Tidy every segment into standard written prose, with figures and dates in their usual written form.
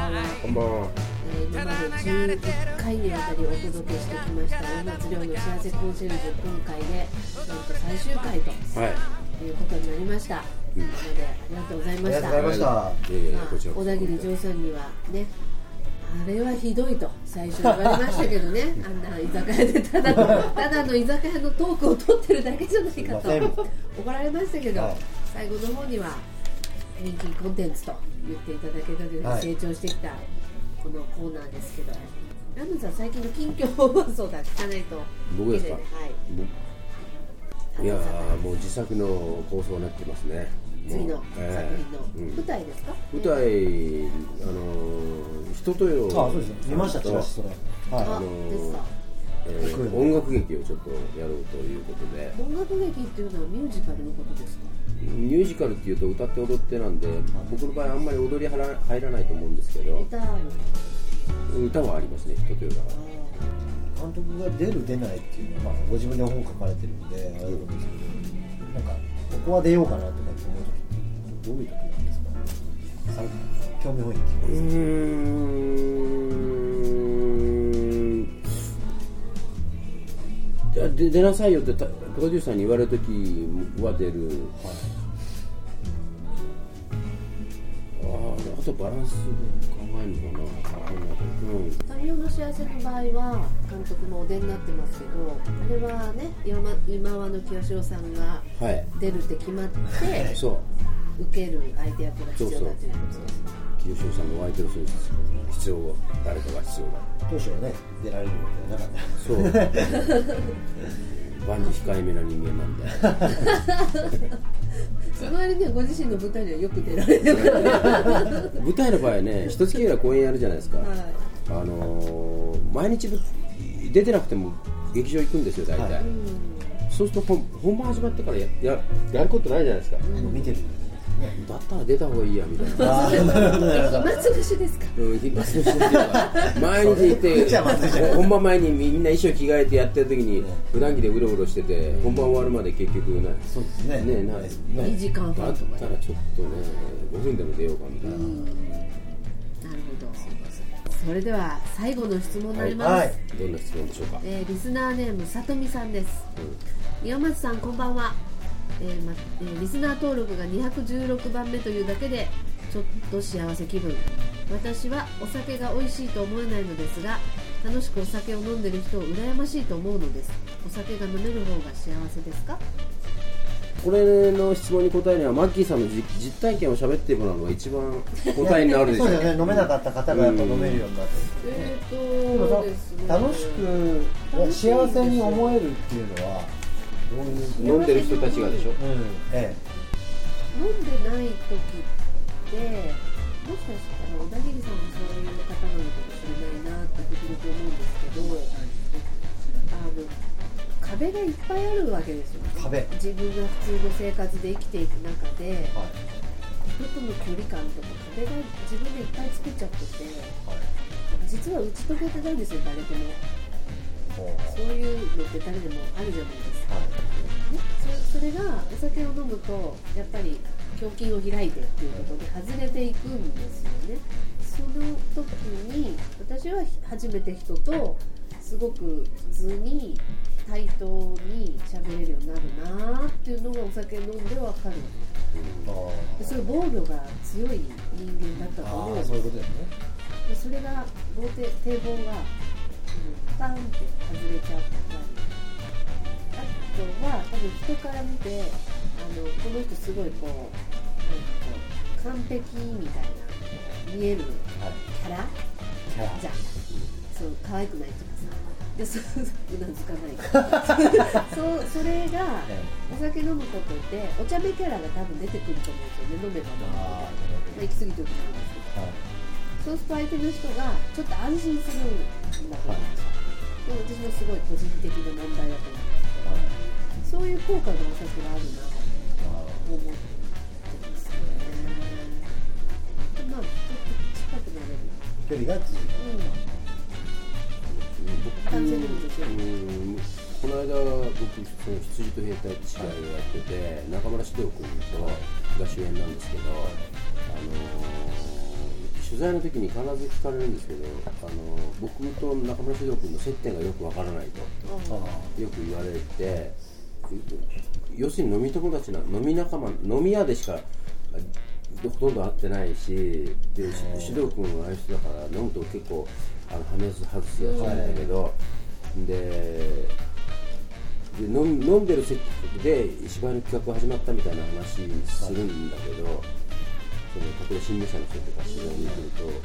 んは。 こんばんは。 今まで11回にわたりお届けしてきました大松亮の幸せコンシェルジュ、今回でなんと最終回と、いうことになりました。今までありがとうございました。 ありがとうございました。 小田切丈さんにはね、あれはひどいと最初言われましたけどねあんな居酒屋でただの居酒屋のトークを取ってるだけじゃないかと怒られましたけど、最後の方には人気コンテンツと言っていただけたという成長してきたこのコーナーですけど、ラムさん最近の近況をそうだ聞かないと。 僕ですか。 はい、 いやもう自作の構想になってますね。 次の作品の舞台ですか。 舞台人とよ。 そうですね。見ましたチラシそれ。 音楽劇をちょっとやろうということで。 音楽劇っていうのはミュージカルのことですか。 ミュージカルっていうと歌って踊ってなんで、僕の場合あんまり踊り入らないと思うんですけど、歌はありますね。人とよが監督が出る出ないっていうのは、ご自分で本書かれてるんであれなんですけど、なんかここは出ようかなとかって思うときどういう時なんですか。興味本位で出なさいよってプロデューサーに言われるときは出る、あとバランス考えるのかな。 太陽の幸せの場合は監督もお出になってますけど、あれはね今和の清志郎さんが出るって決まって、そう受ける相手役が必要だということです。 清志郎さんの相手をする必要は誰かが必要だ。 当初はね出られるわけはなかった。そう万事控えめな人間なんでその割にはご自身の舞台にはよく出られるから舞台の場合ね、一月ぐらい公演やるじゃないですか、毎日出てなくても劇場行くんですよ大体、そうすると本番始まってからやることないじゃないですか、 見てるだったら出た方がいいやみたいな。 暇つぶしですか。 暇つぶし毎日行って本番前にみんな衣装着替えてやってる時に普段着でうろうろしてて、本番終わるまで結局ない。 そうですね。 2時間半とか。 だったらちょっとね5分でも出ようかみたいな。 なるほど。それでは最後の質問になります。 どんな質問でしょうか。 リスナーネームさとみさんです。岩松さんこんばんは。リスナー登録が216番目というだけでちょっと幸せ気分。私はお酒が美味しいと思えないのですが、楽しくお酒を飲んでる人を羨ましいと思うのです。お酒が飲める方が幸せですか。 これの質問に答えるにはマッキーさんの実体験を喋ってもらうのが一番答えになるでしょう。 そうですね。飲めなかった方がやっぱ飲めるようになって、楽しく幸せに思えるっていうのは飲んでる人たちがでしょ。 飲んでない時ってもしかしたら小田切さんもそういう方なのかもしれないなって時々思うんですけど、壁がいっぱいあるわけですよね。自分が普通の生活で生きていく中で、人との距離感とか壁が自分でいっぱい作っちゃってて、実は打ち解けてないんですよ、誰でも。そういうのって誰でもあるじゃないですか、それがお酒を飲むとやっぱり胸筋を開いてっていうところで外れていくんですよね。その時に私は初めて人とすごく普通に対等に喋れるようになるなっていうのがお酒飲んで分かるわけです。それ防御が強い人間だったと思うんです。 そういうことですね。 それが堤防がパンって外れちゃったり、あとは多分人から見てこの人すごい完璧みたいな見えるキャラじゃん。そう可愛くないとかさ、でうなずかないそれがお酒飲むことでお茶目キャラが多分出てくると思うんですよね。飲めば飲むみたいな、行き過ぎてると思うんですけど、そうすると相手の人がちょっと安心するんだと思うんですよ。私もすごい個人的な問題だと思うんですけど、そういう効果がお酒があるなと思ってますね。まあ、近くなれる距離が続く。 完全にですよ。 この間僕その羊と兵隊って試合をやってて、中村獅童君とが主演なんですけど、主取材の時に必ず聞かれるんですけど、僕と中村獅童君の接点がよくわからないとよく言われて、要するに飲み友達な、飲み仲間、飲み屋でしかほとんど会ってないし、で獅童君はああいう人だから飲むと結構はめ外すやつなんだけど、で飲んでる席で芝居の企画が始まったみたいな話するんだけど、例えば新聞社の人とか取材に来ると、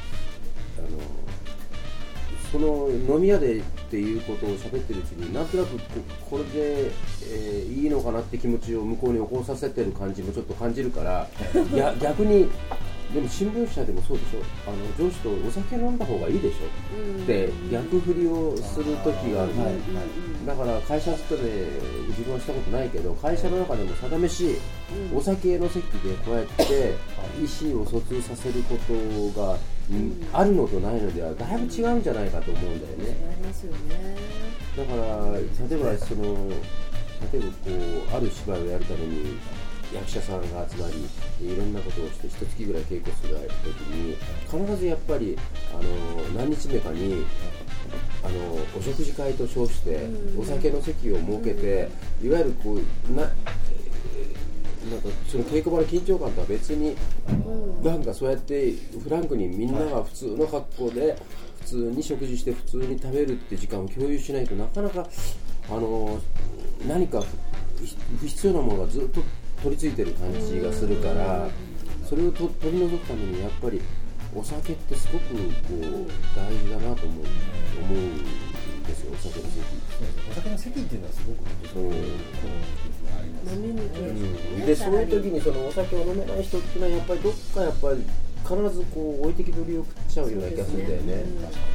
その飲み屋でっていうことを喋ってるうちになんとなくこれで、いいのかなって気持ちを向こうに起こさせてる感じもちょっと感じるから逆にでも新聞社でもそうでしょ、上司とお酒飲んだ方がいいでしょって逆振りをする時がある、だから会社とで自分はしたことないけど、会社の中でも定めし、お酒の席でこうやって意思を疎通させることが、あるのとないのではだいぶ違うんじゃないかと思うんだよね。 ありますよね。 だから例えばこうある芝居をやるために役者さんが集まりいろんなことをして一月ぐらい稽古する時に必ずやっぱり何日目かにお食事会と称してお酒の席を設けて、いわゆるこうなんかその稽古場の緊張感とは別に、なんかそうやってフランクにみんなが普通の格好で普通に食事して普通に食べるって時間を共有しないとなかなか何か不必要なものがずっと取り付いてる感じがするから、それを取り除くためにやっぱりお酒ってすごくこう大事だなと思うんですよ。お酒の席。 お酒の席っていうのはすごくそう飲みに行くでそういう時にそのお酒を飲めない人っていうのはやっぱりどっかやっぱり必ずこう置いてきぼりを食っちゃうような気がするんだよね。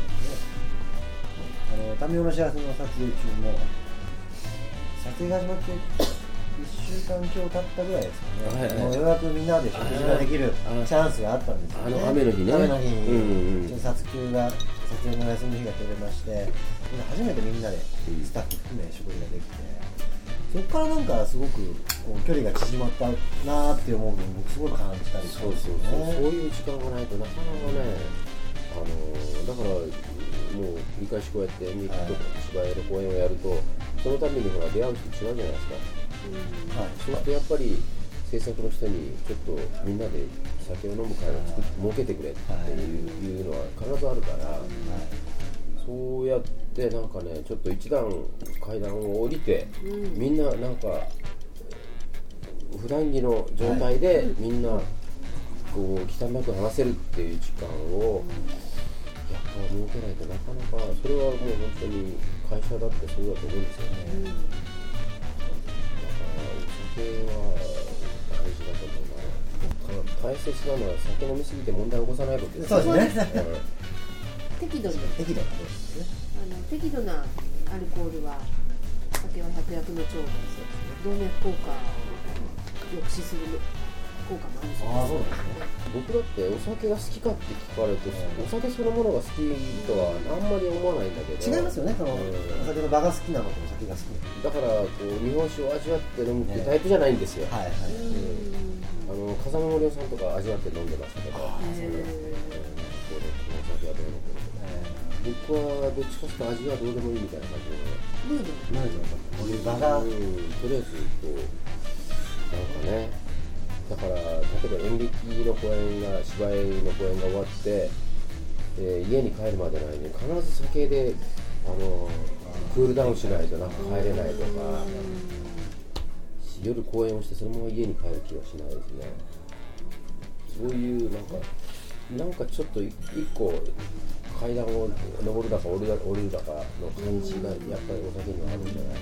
民生の幸せの撮影中も撮影が始まって1週間今日経ったぐらいですかね、もうようやくみんなで食事ができるチャンスがあったんですよね。 雨の日ね。 雨の日に撮影の休みの日が取れまして、初めてみんなでスタッフ含め食事ができて、そこからなんかすごくこう距離が縮まったなーって思うのを僕すごい感じたりしたんですよね。 そういう時間がないとなかなかね、だからもう繰り返しこうやってミキとか芝居の公演をやると、そのためにほら出会う人違うじゃないですか。そうするとやっぱり制作の人にちょっとみんなで酒を飲む会を設けてくれっていうのは必ずあるから、そうやってなんかねちょっと一段階段を降りて、みんななんか普段着の状態でみんなこう忌憚なく話せるっていう時間をやっぱ設けないとなかなか、それはもう本当に会社だってそうだと思うんですよね。それは大事だと思うな。大切なのは酒飲みすぎて問題を起こさないことです。 そうですね。 適度なアルコールは酒は百薬の長ですよ。動脈硬化を抑止する効果もあるそうですね。 僕だってお酒が好きかって聞かれると、お酒そのものが好きとはあんまり思わないんだけど、 違いますよね。お酒の場が好きなのとお酒が好きだからこう日本酒を味わって飲むっていうタイプじゃないんですよ。風間森夫さんとか味わって飲んでましたけど、お酒はどうのこうの、僕はどっちかというと味はどうでもいいみたいな感じで、 こういう場が、 とりあえずこうなんかね、だから例えば演劇の公演が芝居の公演が終わって、家に帰るまでの間に必ず酒でクールダウンしないとなんか帰れないとか、夜公演をしてそのまま家に帰る気はしないですね。そういうなんかちょっと一個階段を上るだか降りるだかの感じがやっぱりお酒にはあるんじゃないか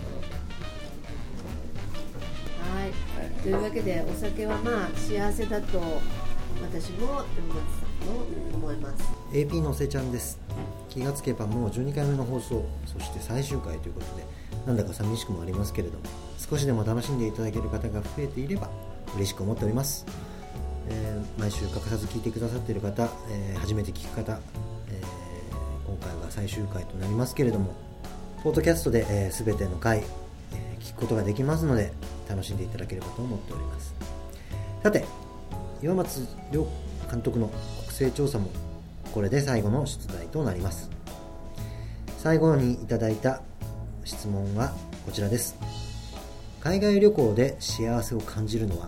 な。 はい、というわけでお酒はまあ幸せだと私も山松さんも思います。 AP のせちゃんです。気がつけばもう12回目の放送、そして最終回ということで、なんだか寂しくもありますけれども、少しでも楽しんでいただける方が増えていれば嬉しく思っております。毎週欠かさず聞いてくださっている方、初めて聞く方、今回が最終回となりますけれども、ポッドキャストで、全ての回、聞くことができますので楽しんでいただければと思っております。さて、岩松亮監督の国勢調査もこれで最後の出題となります。最後にいただいた質問はこちらです。海外旅行で幸せを感じるのは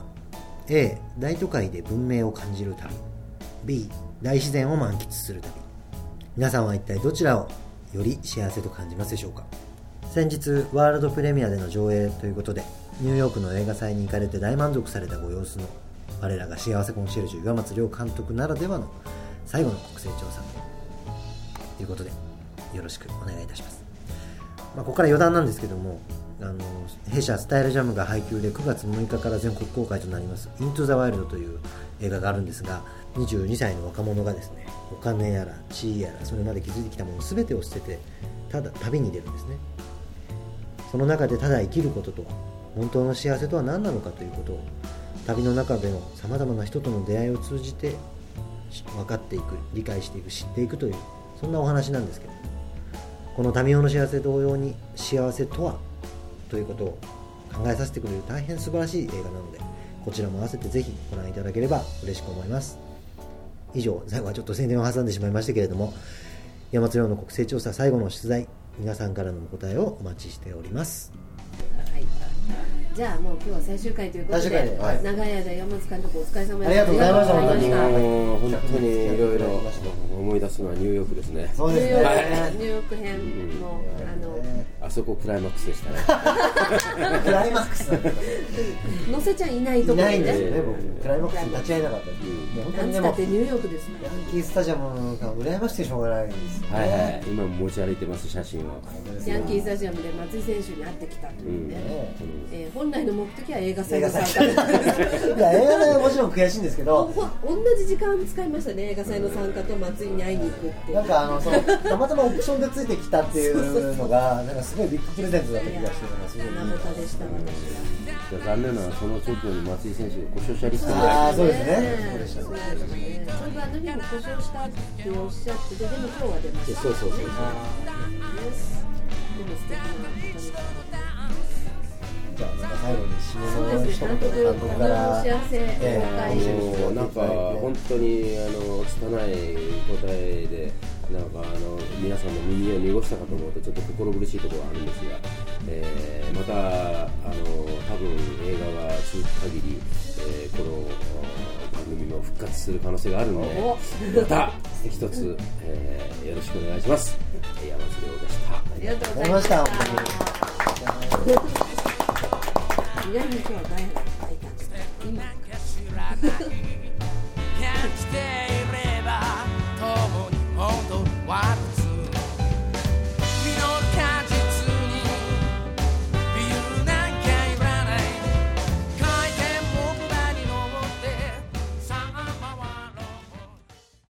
A 大都会で文明を感じる旅、 B 大自然を満喫する旅。皆さんは一体どちらをより幸せと感じますでしょうか。先日ワールドプレミアでの上映ということでニューヨークの映画祭に行かれて大満足されたご様子の我らが幸せコンシェルジュ岩松亮監督ならではの最後の国勢調査ということでよろしくお願いいたします。ここから余談なんですけども、弊社スタイルジャムが配給で9月6日から全国公開となりますイントゥザワイルドという映画があるんですが、22歳の若者がですね、お金やら地位やらそれまで築いてきたもの全てを捨ててただ旅に出るんですね。その中でただ生きることとは、本当の幸せとは何なのかということを旅の中でのさまざまな人との出会いを通じて分かっていく、理解していく、知っていくという、そんなお話なんですけど、この旅用の幸せ同様に幸せとはということを考えさせてくれる大変素晴らしい映画なので、こちらも合わせてぜひご覧いただければ嬉しく思います。以上、最後はちょっと宣伝を挟んでしまいましたけれども、山津亮の国勢調査最後の出題、皆さんからのお答えをお待ちしております。 はい、じゃあもう今日は最終回ということで、はい、長い間山津監督お疲れ様でした。 ありがとうございました。 もう本当にいろいろ思い出すのはニューヨークですね。 そうですね。 ニューヨーク編も、 あそこクライマックスでしたね。 クライマックス乗せちゃいないところでね。 いないんですよね。僕クライマックスに立ち会えなかったっていう。 本当にでもニューヨークですね。 ヤンキースタジアムが羨ましくてしょうがないんですよね。 はいはい。今も持ち歩いてます写真を。 ヤンキースタジアムで松井選手に会ってきたというね。本来の目的は映画祭の参加。 いや映画祭はもちろん悔しいんですけど、 同じ時間使いましたね。映画祭の参加と松井に会いに行くって。 なんかたまたまオプションでついてきたっていうのがなんかすごいビッグプレゼントだった気がしてます。 七夕でした私は。 残念なのはその直後に松井選手が故障者リストに入って。 ああそうですね。そうでしたね。 それが日も故障したっておっしゃってて、でも今日は出ました。 そうそうそうそう。 でも素敵な方でした。 じゃあなんか最後に締めの一言監督から幸せなんか本当に拙い答えでなんか皆さんの耳を濁したかと思うとちょっと心苦しいところがあるんですが、また多分映画が続く限り、この番組も復活する可能性があるので、また一つ、よろしくお願いします。山津亮でした。 ありがとうございました。意外に今日は大変